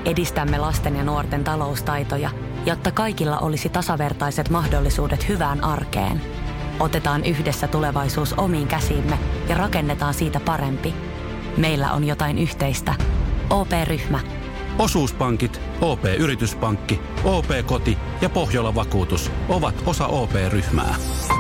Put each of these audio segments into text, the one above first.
Edistämme lasten ja nuorten taloustaitoja, jotta kaikilla olisi tasavertaiset mahdollisuudet hyvään arkeen. Otetaan yhdessä tulevaisuus omiin käsiimme ja rakennetaan siitä parempi. Meillä on jotain yhteistä. OP-ryhmä. Osuuspankit, OP-yrityspankki, OP-koti ja Pohjola-vakuutus ovat osa OP-ryhmää.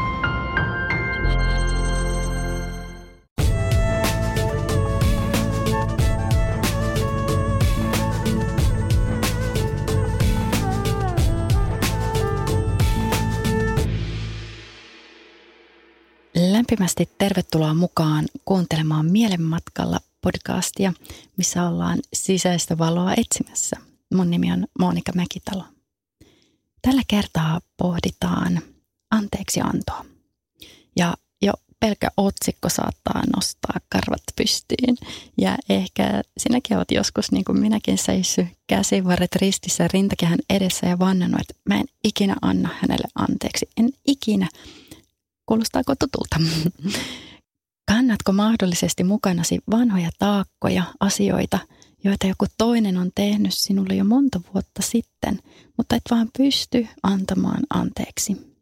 Lämpimästi tervetuloa mukaan kuuntelemaan Mielenmatkalla podcastia, missä ollaan sisäistä valoa etsimässä. Mun nimi on Monika Mäkitalo. Tällä kertaa pohditaan anteeksiantoa. Ja jo pelkkä otsikko saattaa nostaa karvat pystyyn. Ja ehkä sinäkin olet joskus, niin kuin minäkin, seissyt käsivarret ristissä rintakehän edessä ja vannannut, että mä en ikinä anna hänelle anteeksi. En ikinä. Kuulostaako tutulta? Kannatko mahdollisesti mukanasi vanhoja taakkoja, asioita, joita joku toinen on tehnyt sinulle jo monta vuotta sitten, mutta et vaan pysty antamaan anteeksi?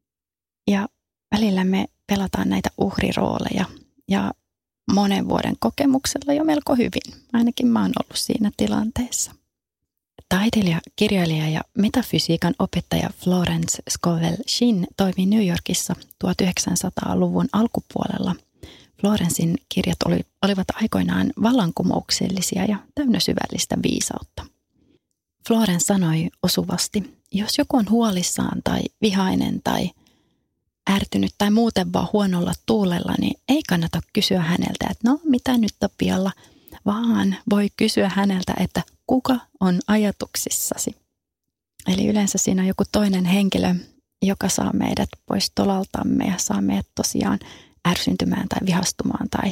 Ja välillä me pelataan näitä uhrirooleja ja monen vuoden kokemuksella jo melko hyvin. Ainakin mä oon ollut siinä tilanteessa. Taiteilija, kirjailija ja metafysiikan opettaja Florence Scovel Shinn toimi New Yorkissa 1900-luvun alkupuolella. Florencen kirjat olivat aikoinaan vallankumouksellisia ja täynnä syvällistä viisautta. Florence sanoi osuvasti, jos joku on huolissaan tai vihainen tai ärtynyt tai muuten vaan huonolla tuulella, niin ei kannata kysyä häneltä, että no mitä nyt Tapialla, vaan voi kysyä häneltä, että kuka on ajatuksissasi. Eli yleensä siinä on joku toinen henkilö, joka saa meidät pois tolaltamme ja saa meidät tosiaan ärsyntymään tai vihastumaan tai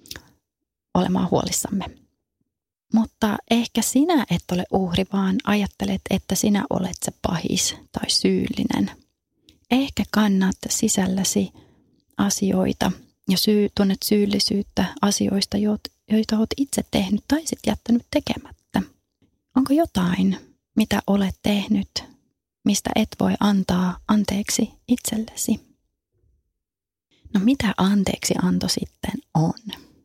olemaan huolissamme. Mutta ehkä sinä et ole uhri, vaan ajattelet, että sinä olet se pahis tai syyllinen. Ehkä kannat sisälläsi asioita ja tunnet syyllisyyttä asioista, joita olet itse tehnyt tai sitten jättänyt tekemättä. Onko jotain, mitä olet tehnyt, mistä et voi antaa anteeksi itsellesi? No mitä anteeksianto sitten on?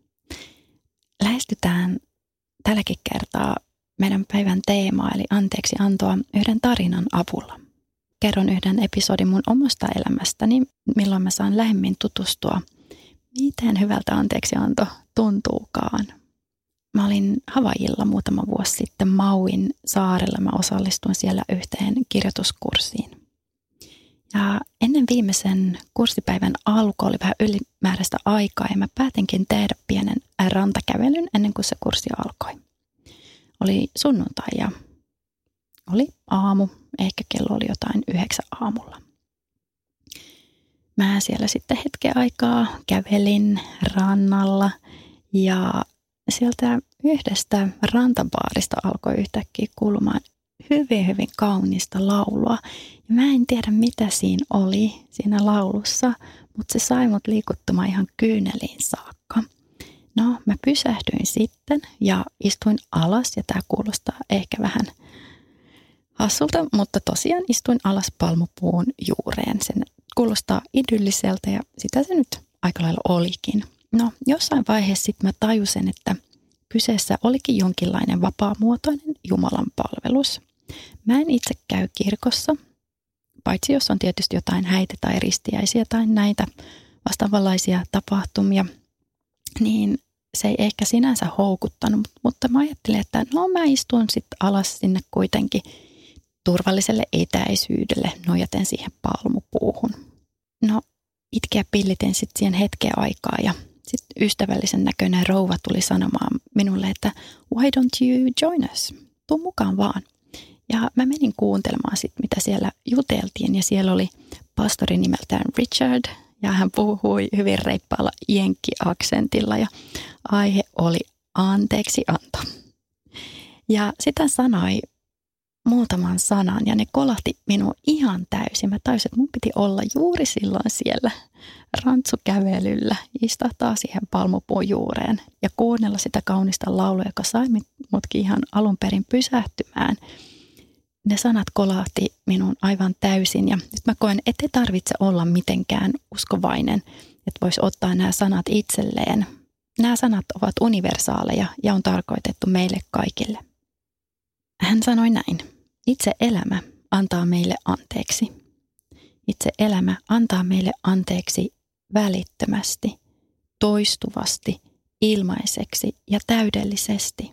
Lähestytään tälläkin kertaa meidän päivän teemaa, eli anteeksiantoa yhden tarinan avulla. Kerron yhden episodin mun omasta elämästäni, milloin mä saan lähemmin tutustua, miten hyvältä anteeksianto tuntuukaan. Mä olin Havaijilla muutama vuosi sitten Mauin saarella. Mä osallistuin siellä yhteen kirjoituskurssiin. Ja ennen viimeisen kurssipäivän alkua oli vähän ylimääräistä aikaa ja mä päätinkin tehdä pienen rantakävelyn ennen kuin se kurssi alkoi. Oli sunnuntai ja oli aamu, ehkä kello oli jotain 9 aamulla. Mä siellä sitten hetken aikaa kävelin rannalla ja sieltä yhdestä rantabaarista alkoi yhtäkkiä kuulumaan hyvin, hyvin kaunista laulua. Ja mä en tiedä, mitä siinä oli siinä laulussa, mutta se sai mut liikuttumaan ihan kyyneliin saakka. No, mä pysähdyin sitten ja istuin alas, ja tää kuulostaa ehkä vähän hassulta, mutta tosiaan istuin alas palmupuun juureen. Sen kuulostaa idylliseltä ja sitä se nyt aika lailla olikin. No, jossain vaiheessa sitten mä tajusin, että kyseessä olikin jonkinlainen vapaamuotoinen Jumalan palvelus. Mä en itse käy kirkossa, paitsi jos on tietysti jotain häitä tai ristiäisiä tai näitä vastaavanlaisia tapahtumia, niin se ei ehkä sinänsä houkuttanut, mutta mä ajattelin, että no mä istun sitten alas sinne kuitenkin turvalliselle etäisyydelle nojaten siihen palmupuuhun. No itkeä pillitin sitten siihen hetken aikaa ja sitten ystävällisen näköinen rouva tuli sanomaan minulle, että why don't you join us? Tuu mukaan vaan. Ja mä menin kuuntelemaan sitten, mitä siellä juteltiin ja siellä oli pastori nimeltään Richard ja hän puhui hyvin reippaalla jenkki-aksentilla ja aihe oli anteeksianto. Ja sitä sanoi muutaman sanan ja ne kolahti minua ihan täysin. Mä tajusin, että mun piti olla juuri silloin siellä rantsukävelyllä, istahtaa siihen palmupuun juureen ja kuunnella sitä kaunista laulua, joka sai mutkin ihan alun perin pysähtymään. Ne sanat kolahti minun aivan täysin ja nyt mä koen, että ei tarvitse olla mitenkään uskovainen, että voisi ottaa nämä sanat itselleen. Nämä sanat ovat universaaleja ja on tarkoitettu meille kaikille. Hän sanoi näin: itse elämä antaa meille anteeksi. Itse elämä antaa meille anteeksi välittömästi, toistuvasti, ilmaiseksi ja täydellisesti.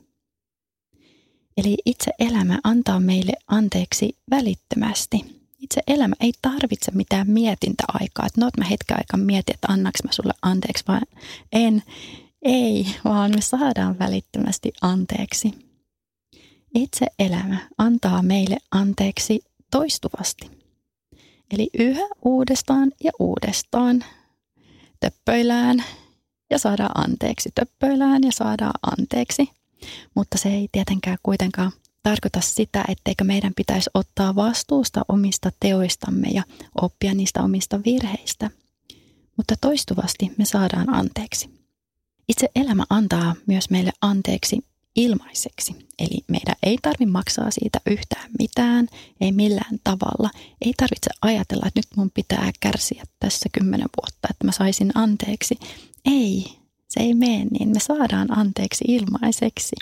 Eli itse elämä antaa meille anteeksi välittömästi. Itse elämä ei tarvitse mitään mietintäaikaa. Että mä hetken aikaa mietin, että annaks mä sulle anteeksi vai en. Ei, vaan me saadaan välittömästi anteeksi. Itse elämä antaa meille anteeksi toistuvasti. Eli yhä uudestaan ja uudestaan töppöillään ja saadaan anteeksi. Töppöillään ja saadaan anteeksi. Mutta se ei tietenkään kuitenkaan tarkoita sitä, etteikö meidän pitäisi ottaa vastuusta omista teoistamme ja oppia niistä omista virheistä. Mutta toistuvasti me saadaan anteeksi. Itse elämä antaa myös meille anteeksi ilmaiseksi. Eli meidän ei tarvitse maksaa siitä yhtään mitään, ei millään tavalla. Ei tarvitse ajatella, että nyt mun pitää kärsiä tässä 10 vuotta, että mä saisin anteeksi. Ei, se ei mene niin. Me saadaan anteeksi ilmaiseksi.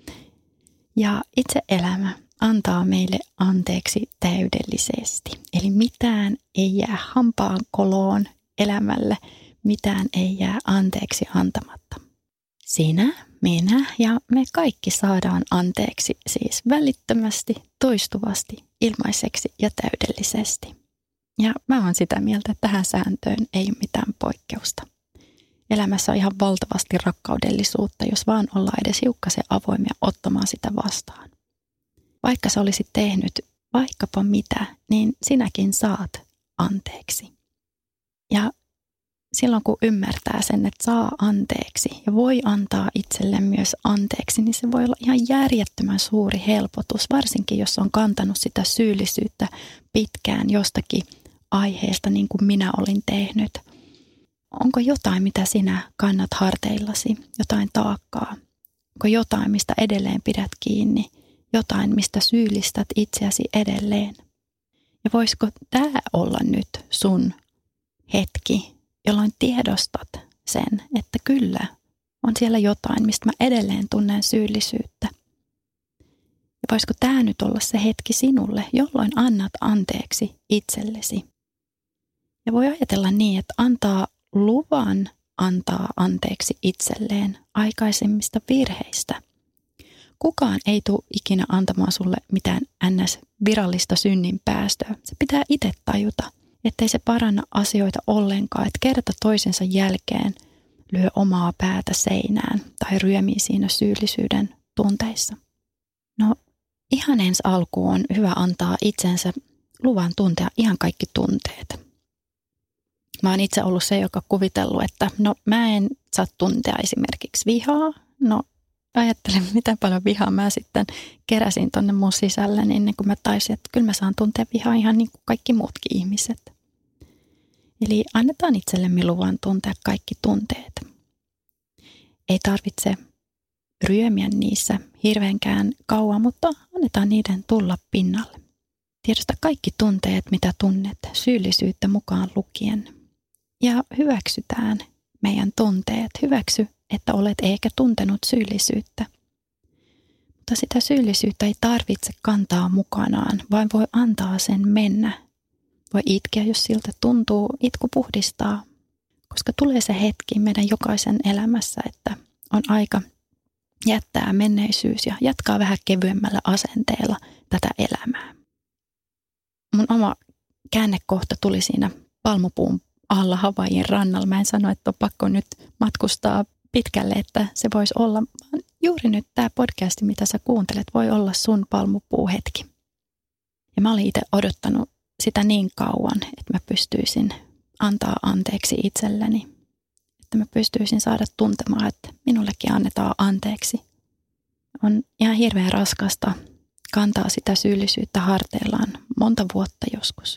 Ja itse elämä antaa meille anteeksi täydellisesti. Eli mitään ei jää hampaan koloon elämälle, mitään ei jää anteeksi antamatta. Sinä, minä ja me kaikki saadaan anteeksi siis välittömästi, toistuvasti, ilmaiseksi ja täydellisesti. Ja mä oon sitä mieltä, että tähän sääntöön ei ole mitään poikkeusta. Elämässä on ihan valtavasti rakkaudellisuutta, jos vaan ollaan edes hiukkasen avoimia ottamaan sitä vastaan. Vaikka sä olisit tehnyt vaikkapa mitä, niin sinäkin saat anteeksi. Ja silloin kun ymmärtää sen, että saa anteeksi ja voi antaa itselle myös anteeksi, niin se voi olla ihan järjettömän suuri helpotus, varsinkin jos on kantanut sitä syyllisyyttä pitkään jostakin aiheesta, niin kuin minä olin tehnyt. Onko jotain, mitä sinä kannat harteillasi, jotain taakkaa? Onko jotain, mistä edelleen pidät kiinni, jotain, mistä syyllistät itseäsi edelleen? Ja voisiko tämä olla nyt sun hetki, jolloin tiedostat sen, että kyllä on siellä jotain, mistä mä edelleen tunnen syyllisyyttä. Ja voisiko tämä nyt olla se hetki sinulle, jolloin annat anteeksi itsellesi? Ja voi ajatella niin, että antaa luvan antaa anteeksi itselleen aikaisemmista virheistä. Kukaan ei tule ikinä antamaan sulle mitään virallista synninpäästöä. Se pitää itse tajuta, ettei se paranna asioita ollenkaan, että kerta toisensa jälkeen lyö omaa päätä seinään tai ryömii siinä syyllisyyden tunteissa. No ihan ensi alkuun on hyvä antaa itsensä luvan tuntea ihan kaikki tunteet. Mä oon itse ollut se, joka kuvitellut, että no mä en saa tuntea esimerkiksi vihaa. No ajattelen, miten paljon vihaa mä sitten keräsin tonne mun sisälle, niin ennen kuin mä taisin, että kyllä mä saan tuntea vihaa ihan niin kuin kaikki muutkin ihmiset. Eli annetaan itsellemme luvan tuntea kaikki tunteet. Ei tarvitse ryömiä niissä hirveänkään kauan, mutta annetaan niiden tulla pinnalle. Tiedosta kaikki tunteet, mitä tunnet, syyllisyyttä mukaan lukien. Ja hyväksytään meidän tunteet. Hyväksy, että olet ehkä tuntenut syyllisyyttä. Mutta sitä syyllisyyttä ei tarvitse kantaa mukanaan, vaan voi antaa sen mennä. Voi itkeä, jos siltä tuntuu, itku puhdistaa. Koska tulee se hetki meidän jokaisen elämässä, että on aika jättää menneisyys ja jatkaa vähän kevyemmällä asenteella tätä elämää. Mun oma käännekohta tuli siinä palmupuun alla Havaijin rannalla. Mä en sano, että on pakko nyt matkustaa pitkälle, että se voisi olla. Juuri nyt tämä podcasti, mitä sä kuuntelet, voi olla sun palmupuuhetki. Ja mä olin itse odottanut sitä niin kauan, että mä pystyisin antaa anteeksi itselleni. Että mä pystyisin saada tuntemaan, että minullekin annetaan anteeksi. On ihan hirveän raskasta kantaa sitä syyllisyyttä harteillaan monta vuotta joskus.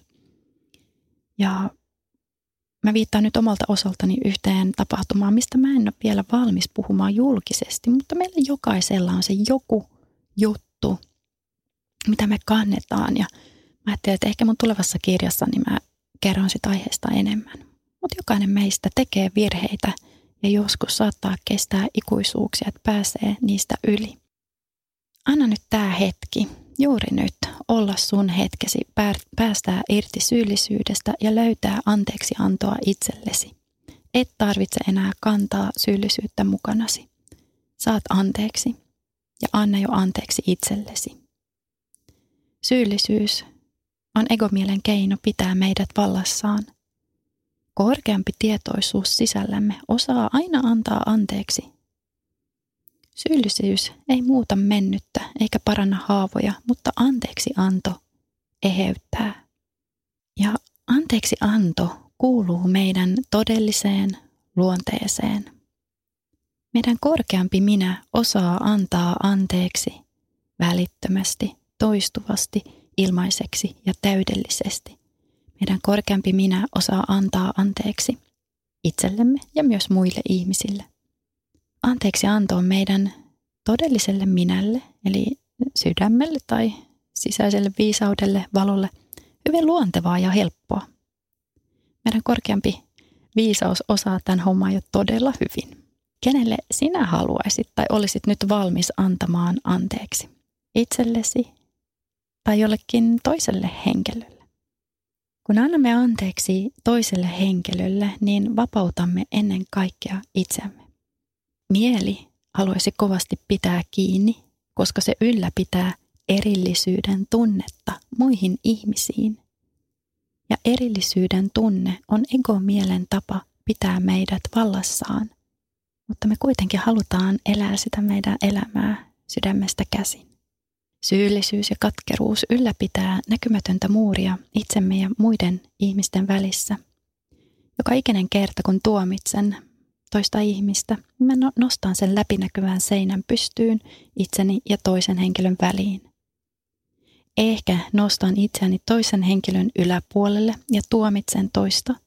Ja mä viittaan nyt omalta osaltani yhteen tapahtumaan, mistä mä en ole vielä valmis puhumaan julkisesti, mutta meillä jokaisella on se joku juttu, mitä me kannetaan. Ja mä ajattelin, että ehkä mun tulevassa kirjassani mä kerron sitä aiheesta enemmän. Mutta jokainen meistä tekee virheitä ja joskus saattaa kestää ikuisuuksia, että pääsee niistä yli. Anna nyt tää hetki, juuri nyt, olla sun hetkesi, päästää irti syyllisyydestä ja löytää anteeksiantoa itsellesi. Et tarvitse enää kantaa syyllisyyttä mukanasi. Saat anteeksi ja anna jo anteeksi itsellesi. Syyllisyys on egomielen keino pitää meidät vallassaan. Korkeampi tietoisuus sisällämme osaa aina antaa anteeksi. Syyllisyys ei muuta mennyttä eikä paranna haavoja, mutta anteeksianto eheyttää. Ja anteeksianto kuuluu meidän todelliseen luonteeseen. Meidän korkeampi minä osaa antaa anteeksi välittömästi, toistuvasti, ilmaiseksi ja täydellisesti. Meidän korkeampi minä osaa antaa anteeksi itsellemme ja myös muille ihmisille. Anteeksianto on meidän todelliselle minälle, eli sydämelle tai sisäiselle viisaudelle, valolle, hyvin luontevaa ja helppoa. Meidän korkeampi viisaus osaa tämän homman jo todella hyvin. Kenelle sinä haluaisit tai olisit nyt valmis antamaan anteeksi? Itsellesi tai jollekin toiselle henkilölle? Kun annamme anteeksi toiselle henkilölle, niin vapautamme ennen kaikkea itseämme. Mieli haluaisi kovasti pitää kiinni, koska se ylläpitää erillisyyden tunnetta muihin ihmisiin. Ja erillisyyden tunne on egomielen tapa pitää meidät vallassaan, mutta me kuitenkin halutaan elää sitä meidän elämää sydämestä käsin. Syyllisyys ja katkeruus ylläpitää näkymätöntä muuria itsemme ja muiden ihmisten välissä. Joka ikinen kerta, kun tuomitsen toista ihmistä, mä nostan sen läpinäkyvän seinän pystyyn itseni ja toisen henkilön väliin. Ehkä nostan itseäni toisen henkilön yläpuolelle ja tuomitsen toista.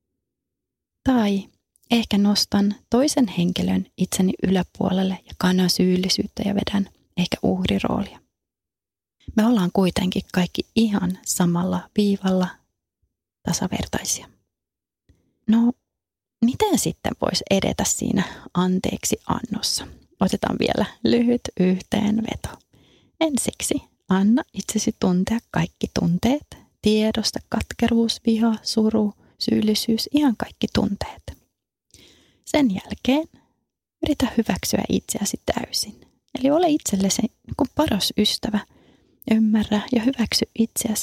Tai ehkä nostan toisen henkilön itseni yläpuolelle ja kannan syyllisyyttä ja vedän ehkä uhriroolia. Me ollaan kuitenkin kaikki ihan samalla viivalla tasavertaisia. No, miten sitten voisi edetä siinä anteeksi annossa? Otetaan vielä lyhyt yhteenveto. Ensiksi anna itsesi tuntea kaikki tunteet. Tiedosta katkeruus, viha, suru, syyllisyys, ihan kaikki tunteet. Sen jälkeen yritä hyväksyä itseäsi täysin. Eli ole itsellesi kuin paras ystävä. Ymmärrä ja hyväksy itseäsi.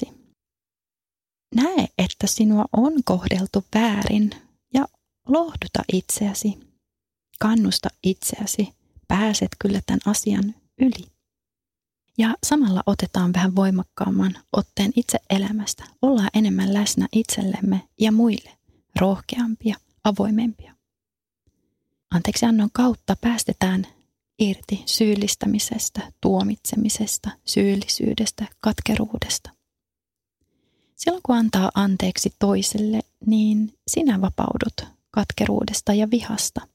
Näe, että sinua on kohdeltu väärin ja lohduta itseäsi. Kannusta itseäsi. Pääset kyllä tämän asian yli. Ja samalla otetaan vähän voimakkaamman otteen itse elämästä. Ollaan enemmän läsnä itsellemme ja muille. Rohkeampia, avoimempia. Anteeksiannon kautta päästetään irti syyllistämisestä, tuomitsemisesta, syyllisyydestä, katkeruudesta. Silloin kun antaa anteeksi toiselle, niin sinä vapaudut katkeruudesta ja vihasta.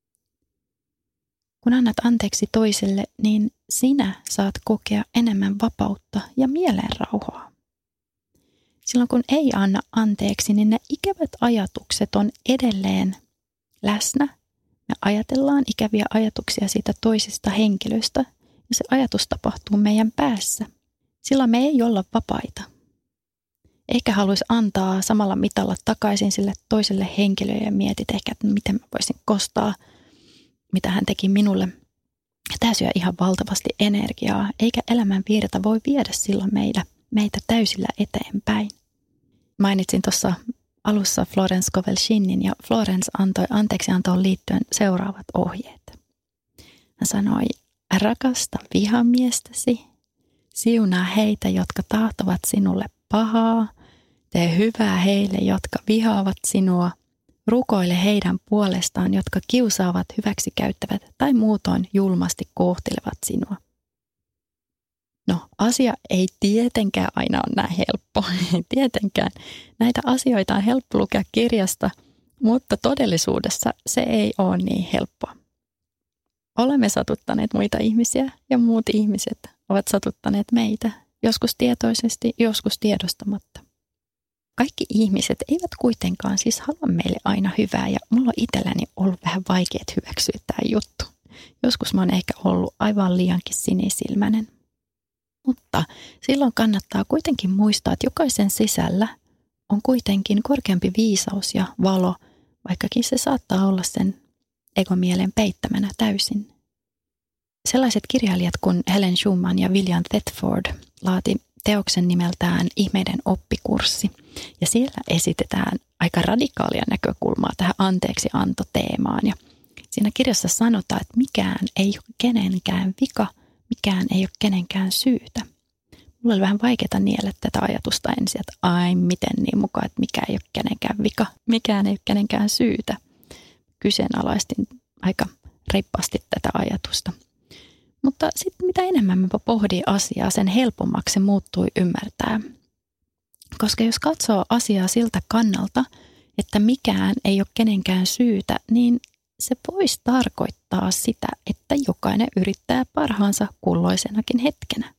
Kun annat anteeksi toiselle, niin sinä saat kokea enemmän vapautta ja mielenrauhaa. Silloin kun ei anna anteeksi, niin ne ikävät ajatukset on edelleen läsnä. Me ajatellaan ikäviä ajatuksia siitä toisesta henkilöstä ja se ajatus tapahtuu meidän päässä. Silloin me ei olla vapaita. Eikä haluaisi antaa samalla mitalla takaisin sille toiselle henkilölle ja mietit ehkä, että miten mä voisin kostaa, mitä hän teki minulle. Tämä syö ihan valtavasti energiaa, eikä elämän virta voi viedä silloin meitä täysillä eteenpäin. Mainitsin tuossa alussa Florence Scovel-Shinnin ja Florence antoi anteeksiantoon liittyen seuraavat ohjeet. Hän sanoi, rakasta vihamiestäsi, siunaa heitä, jotka tahtovat sinulle pahaa, tee hyvää heille, jotka vihaavat sinua, rukoile heidän puolestaan, jotka kiusaavat, hyväksikäyttävät tai muutoin julmasti kohtelevat sinua. No, asia ei tietenkään aina ole näin helppo. Tietenkään. Näitä asioita on helppo lukea kirjasta, mutta todellisuudessa se ei ole niin helppoa. Olemme satuttaneet muita ihmisiä ja muut ihmiset ovat satuttaneet meitä, joskus tietoisesti, joskus tiedostamatta. Kaikki ihmiset eivät kuitenkaan siis halua meille aina hyvää ja mulla on itselläni ollut vähän vaikeat hyväksyä tämä juttu. Joskus mä oon ehkä ollut aivan liiankin sinisilmäinen. Mutta silloin kannattaa kuitenkin muistaa, että jokaisen sisällä on kuitenkin korkeampi viisaus ja valo, vaikkakin se saattaa olla sen egomielen peittämänä täysin. Sellaiset kirjailijat kuin Helen Schuman ja William Thetford laati teoksen nimeltään Ihmeiden oppikurssi. Ja siellä esitetään aika radikaalia näkökulmaa tähän anteeksiantoteemaan. Ja siinä kirjassa sanotaan, että mikään ei ole kenenkään vika, mikään ei ole kenenkään syytä. Mulla oli vähän vaikeaa niellä tätä ajatusta ensin, että ai miten niin mukaan, että mikä ei ole kenenkään vika, mikään ei ole kenenkään syytä. Kyseenalaistin aika reippaasti tätä ajatusta. Mutta sitten mitä enemmän mä pohdin asiaa, sen helpommaksi se muuttui ymmärtää. Koska jos katsoo asiaa siltä kannalta, että mikään ei ole kenenkään syytä, niin se voisi tarkoittaa sitä, että jokainen yrittää parhaansa kulloisenakin hetkenä.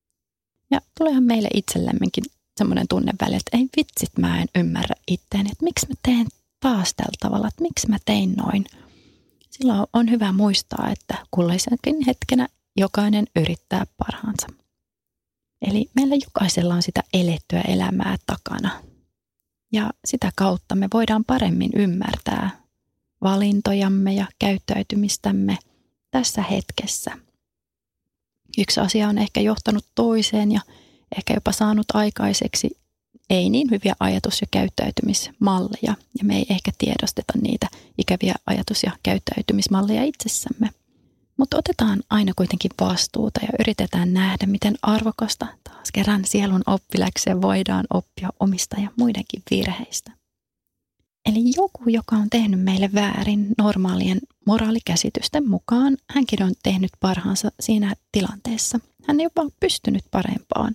Ja tuleehan meille itsellemmekin semmoinen tunne välillä, että ei vitsit, mä en ymmärrä itteeni, että miksi mä teen taas tällä tavalla, että miksi mä tein noin. Silloin on hyvä muistaa, että kulloisenakin hetkenä jokainen yrittää parhaansa. Eli meillä jokaisella on sitä elettyä elämää takana. Ja sitä kautta me voidaan paremmin ymmärtää valintojamme ja käyttäytymistämme tässä hetkessä. Yksi asia on ehkä johtanut toiseen ja ehkä jopa saanut aikaiseksi ei niin hyviä ajatus- ja käyttäytymismalleja. Ja me ei ehkä tiedosteta niitä ikäviä ajatus- ja käyttäytymismalleja itsessämme. Mutta otetaan aina kuitenkin vastuuta ja yritetään nähdä, miten arvokasta taas kerran sielun oppiläksyä voidaan oppia omista ja muidenkin virheistä. Eli joku, joka on tehnyt meille väärin normaalien moraalikäsitysten mukaan, hänkin on tehnyt parhaansa siinä tilanteessa. Hän ei jopa pystynyt parempaan.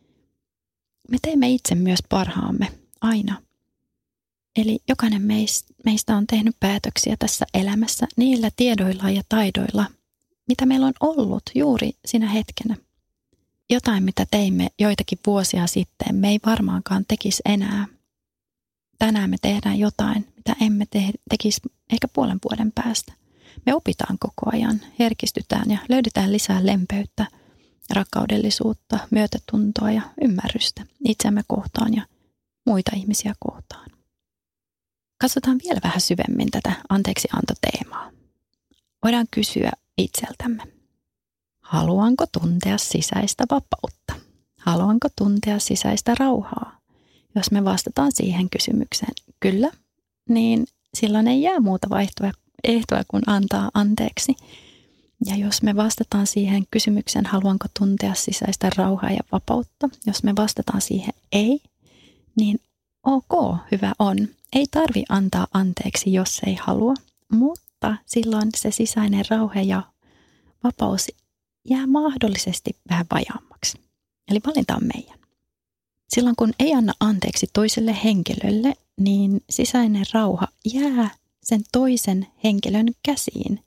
Me teemme itse myös parhaamme aina. Eli jokainen meistä on tehnyt päätöksiä tässä elämässä niillä tiedoilla ja taidoilla, mitä meillä on ollut juuri siinä hetkenä. Jotain, mitä teimme joitakin vuosia sitten, me ei varmaankaan tekisi enää. Tänään me tehdään jotain, mitä emme tekisi ehkä puolen vuoden päästä. Me opitaan koko ajan, herkistytään ja löydetään lisää lempeyttä, rakkaudellisuutta, myötätuntoa ja ymmärrystä itseämme kohtaan ja muita ihmisiä kohtaan. Katsotaan vielä vähän syvemmin tätä anteeksiantoteemaa. Voidaan kysyä itseltämme. Haluanko tuntea sisäistä vapautta? Haluanko tuntea sisäistä rauhaa? Jos me vastataan siihen kysymykseen kyllä, niin silloin ei jää muuta ehtoa kuin antaa anteeksi. Ja jos me vastataan siihen kysymykseen, haluanko tuntea sisäistä rauhaa ja vapautta, jos me vastataan siihen ei, niin ok, hyvä on. Ei tarvi antaa anteeksi, jos ei halua, mutta silloin se sisäinen rauha ja vapaus jää mahdollisesti vähän vajaammaksi. Eli valinta on meidän. Silloin kun ei anna anteeksi toiselle henkilölle, niin sisäinen rauha jää sen toisen henkilön käsiin.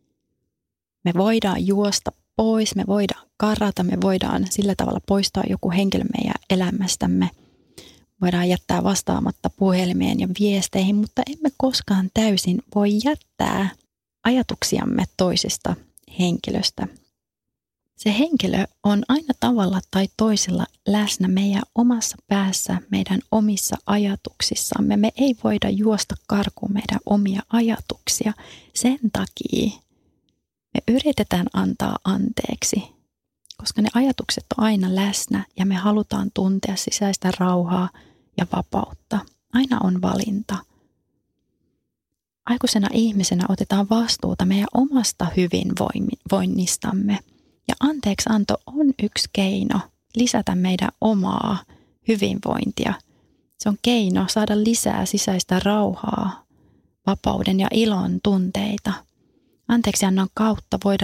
Me voidaan juosta pois, me voidaan karata, me voidaan sillä tavalla poistaa joku henkilö meidän elämästämme. Voidaan jättää vastaamatta puhelimeen ja viesteihin, mutta emme koskaan täysin voi jättää ajatuksiamme toisesta henkilöstä. Se henkilö on aina tavalla tai toisella läsnä meidän omassa päässä, meidän omissa ajatuksissamme. Me ei voida juosta karkuun meidän omia ajatuksia. Sen takia me yritetään antaa anteeksi, koska ne ajatukset on aina läsnä ja me halutaan tuntea sisäistä rauhaa ja vapautta. Aina on valinta. Aikuisena ihmisenä otetaan vastuuta meidän omasta hyvinvoinnistamme. Ja anteeksianto on yksi keino lisätä meidän omaa hyvinvointia. Se on keino saada lisää sisäistä rauhaa, vapauden ja ilon tunteita. Anteeksiannon kautta voidaan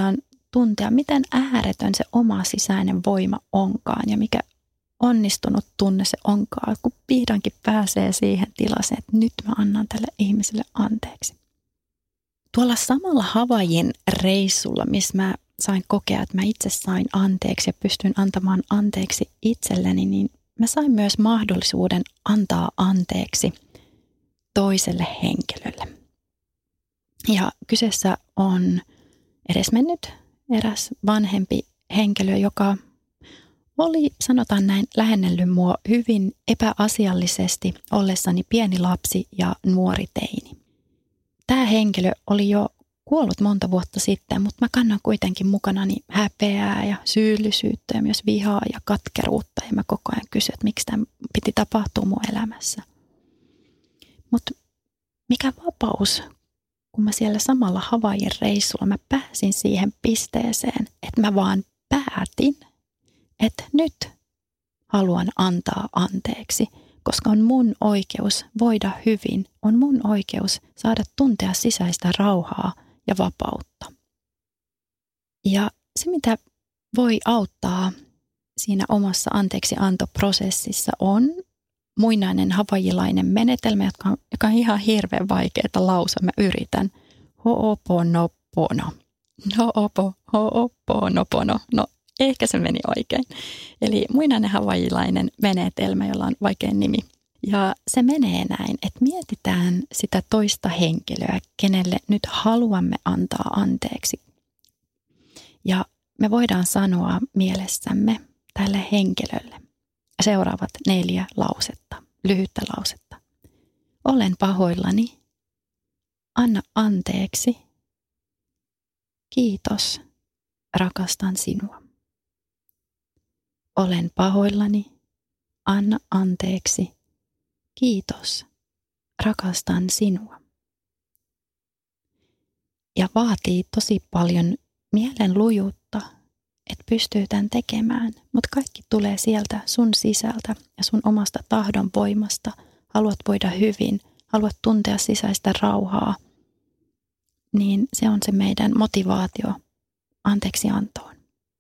tuntea, miten ääretön se oma sisäinen voima onkaan ja mikä onnistunut tunne se onkaan, kun vihdoinkin pääsee siihen tilaseen, että nyt mä annan tälle ihmiselle anteeksi. Tuolla samalla Havaijin reissulla, missä mä sain kokea, että mä itse sain anteeksi ja pystyin antamaan anteeksi itselleni, niin mä sain myös mahdollisuuden antaa anteeksi toiselle henkilölle. Ja kyseessä on edesmennyt eräs vanhempi henkilö, joka oli, sanotaan näin, lähennellyt mua hyvin epäasiallisesti ollessani pieni lapsi ja nuori teini. Tämä henkilö oli jo kuollut monta vuotta sitten, mutta mä kannan kuitenkin mukanani häpeää ja syyllisyyttä ja myös vihaa ja katkeruutta. Ja mä koko ajan kysyin, että miksi tämä piti tapahtua mun elämässä. Mutta mikä vapaus, kun mä siellä samalla Havaijin reissulla mä pääsin siihen pisteeseen, että mä vaan päätin, että nyt haluan antaa anteeksi, koska on mun oikeus voida hyvin, on mun oikeus saada tuntea sisäistä rauhaa ja vapautta. Ja se, mitä voi auttaa siinä omassa anteeksiantoprosessissa, on muinainen havajilainen menetelmä, joka on ihan hirveän vaikeaa lausua. Mä yritän. Ho'oponopono. Ho'oponopono. No, ehkä se meni oikein. Eli muinainen havajilainen menetelmä, jolla on vaikea nimi. Ja se menee näin, että mietitään sitä toista henkilöä, kenelle nyt haluamme antaa anteeksi. Ja me voidaan sanoa mielessämme tälle henkilölle seuraavat 4 lausetta, lyhyttä lausetta. Olen pahoillani. Anna anteeksi. Kiitos. Rakastan sinua. Olen pahoillani. Anna anteeksi. Kiitos. Rakastan sinua. Ja vaatii tosi paljon mielen lujuutta, että pystyy tämän tekemään, mutta kaikki tulee sieltä sun sisältä ja sun omasta tahdon voimasta. Haluat voida hyvin, haluat tuntea sisäistä rauhaa, niin se on se meidän motivaatio anteeksiantoon.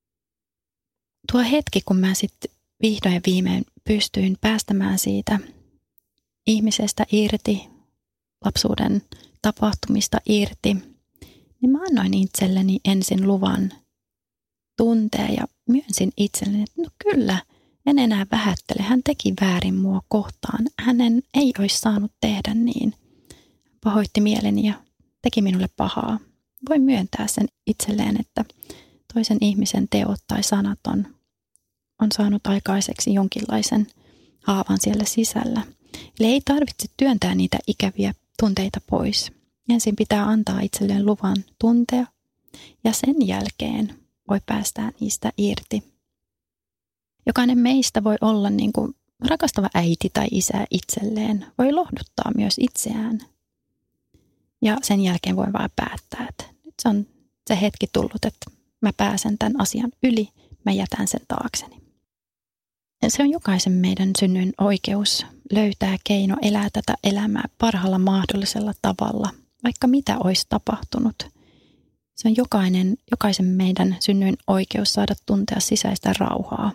Tuo hetki, kun mä sitten vihdoin ja viimein pystyin päästämään siitä ihmisestä irti, lapsuuden tapahtumista irti, niin mä annoin itselleni ensin luvan tuntea ja myönsin itselleni, että no kyllä, en enää vähättele. Hän teki väärin mua kohtaan. Hänen ei olisi saanut tehdä niin. Pahoitti mieleni ja teki minulle pahaa. Voin myöntää sen itselleen, että toisen ihmisen teot tai sanat on saanut aikaiseksi jonkinlaisen haavan siellä sisällä. Eli ei tarvitse työntää niitä ikäviä tunteita pois. Ensin pitää antaa itselleen luvan tuntea ja sen jälkeen voi päästää niistä irti. Jokainen meistä voi olla niin kuin rakastava äiti tai isä itselleen. Voi lohduttaa myös itseään. Ja sen jälkeen voi vaan päättää, että nyt se on se hetki tullut, että mä pääsen tämän asian yli, mä jätän sen taakseni. Ja se on jokaisen meidän synnyin oikeus löytää keino elää tätä elämää parhaalla mahdollisella tavalla, vaikka mitä olisi tapahtunut. Se on jokaisen meidän synnyin oikeus saada tuntea sisäistä rauhaa.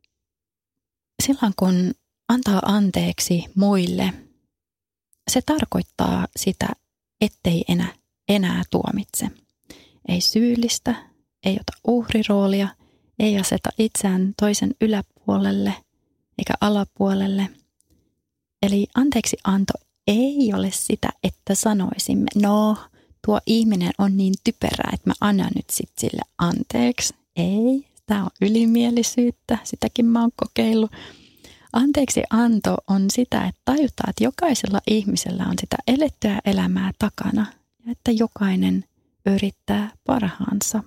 Silloin kun antaa anteeksi muille, se tarkoittaa sitä, ettei enää tuomitse. Ei syyllistä, ei ota uhriroolia, ei aseta itseään toisen yläpuolelle eikä alapuolelle. Eli anteeksi anto ei ole sitä, että sanoisimme, no tuo ihminen on niin typerää, että mä annan nyt sit sille anteeksi. Ei, tämä on ylimielisyyttä, sitäkin mä oon kokeillut. Anteeksi anto on sitä, että tajutaan, että jokaisella ihmisellä on sitä elettyä elämää takana ja että jokainen yrittää parhaansa.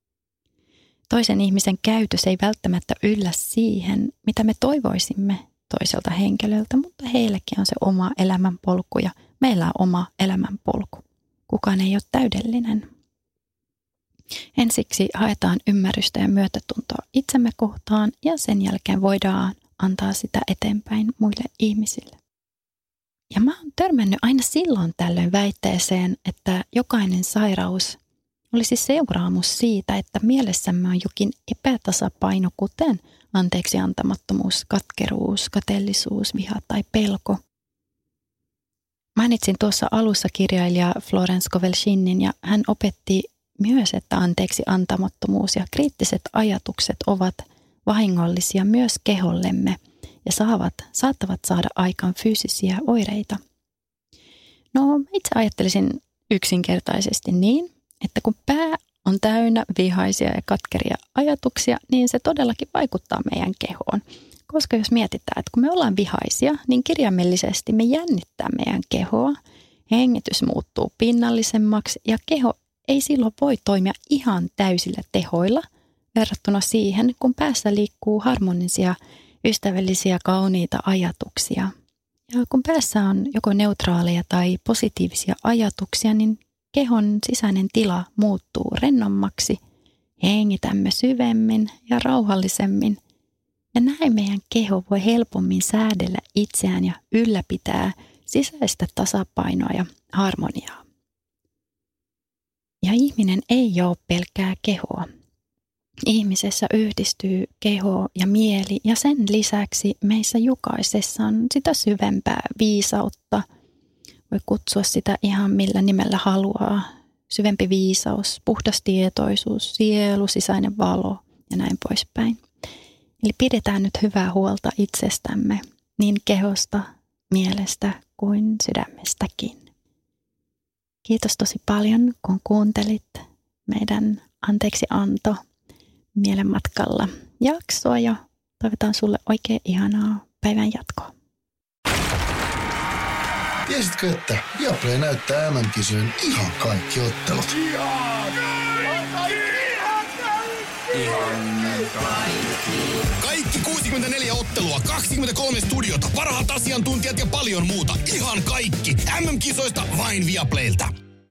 Toisen ihmisen käytös ei välttämättä yllä siihen, mitä me toivoisimme toiselta henkilöltä, mutta heillekin on se oma elämänpolku ja meillä on oma elämänpolku. Kukaan ei ole täydellinen. Ensiksi haetaan ymmärrystä ja myötätuntoa itsemme kohtaan ja sen jälkeen voidaan antaa sitä eteenpäin muille ihmisille. Ja mä oon törmännyt aina silloin tällöin väitteeseen, että jokainen sairaus olisi seuraamus siitä, että mielessämme on jokin epätasapaino, kuten anteeksiantamattomuus, katkeruus, kateellisuus, viha tai pelko. Mainitsin tuossa alussa kirjailija Florence Kovelsinin ja hän opetti myös, että anteeksiantamattomuus ja kriittiset ajatukset ovat vahingollisia myös kehollemme ja saattavat saada aikaan fyysisiä oireita. No, itse ajattelisin yksinkertaisesti niin, että kun pää on täynnä vihaisia ja katkeria ajatuksia, niin se todellakin vaikuttaa meidän kehoon. Koska jos mietitään, että kun me ollaan vihaisia, niin kirjaimellisesti me jännittää meidän kehoa, hengitys muuttuu pinnallisemmaksi ja keho ei silloin voi toimia ihan täysillä tehoilla verrattuna siihen, kun päässä liikkuu harmonisia, ystävällisiä, kauniita ajatuksia. Ja kun päässä on joko neutraaleja tai positiivisia ajatuksia, niin kehon sisäinen tila muuttuu rennommaksi, hengitämme syvemmin ja rauhallisemmin. Ja näin meidän keho voi helpommin säädellä itseään ja ylläpitää sisäistä tasapainoa ja harmoniaa. Ja ihminen ei ole pelkkää kehoa. Ihmisessä yhdistyy keho ja mieli ja sen lisäksi meissä jokaisessa on sitä syvempää viisautta. Voi kutsua sitä ihan millä nimellä haluaa. Syvempi viisaus, puhdas tietoisuus, sielu, sisäinen valo ja näin poispäin. Eli pidetään nyt hyvää huolta itsestämme, niin kehosta, mielestä kuin sydämestäkin. Kiitos tosi paljon, kun kuuntelit meidän Anteeksianto mielenmatkalla jaksoa ja toivotan sulle oikein ihanaa päivän jatkoa. Tiesitkö, että Viaplay näyttää MM-kisojen ihan kaikki ottelut? Kaikki 64 ottelua, 23 studiota, parhaat asiantuntijat ja paljon muuta. Ihan kaikki. MM-kisoista vain Viaplaylta.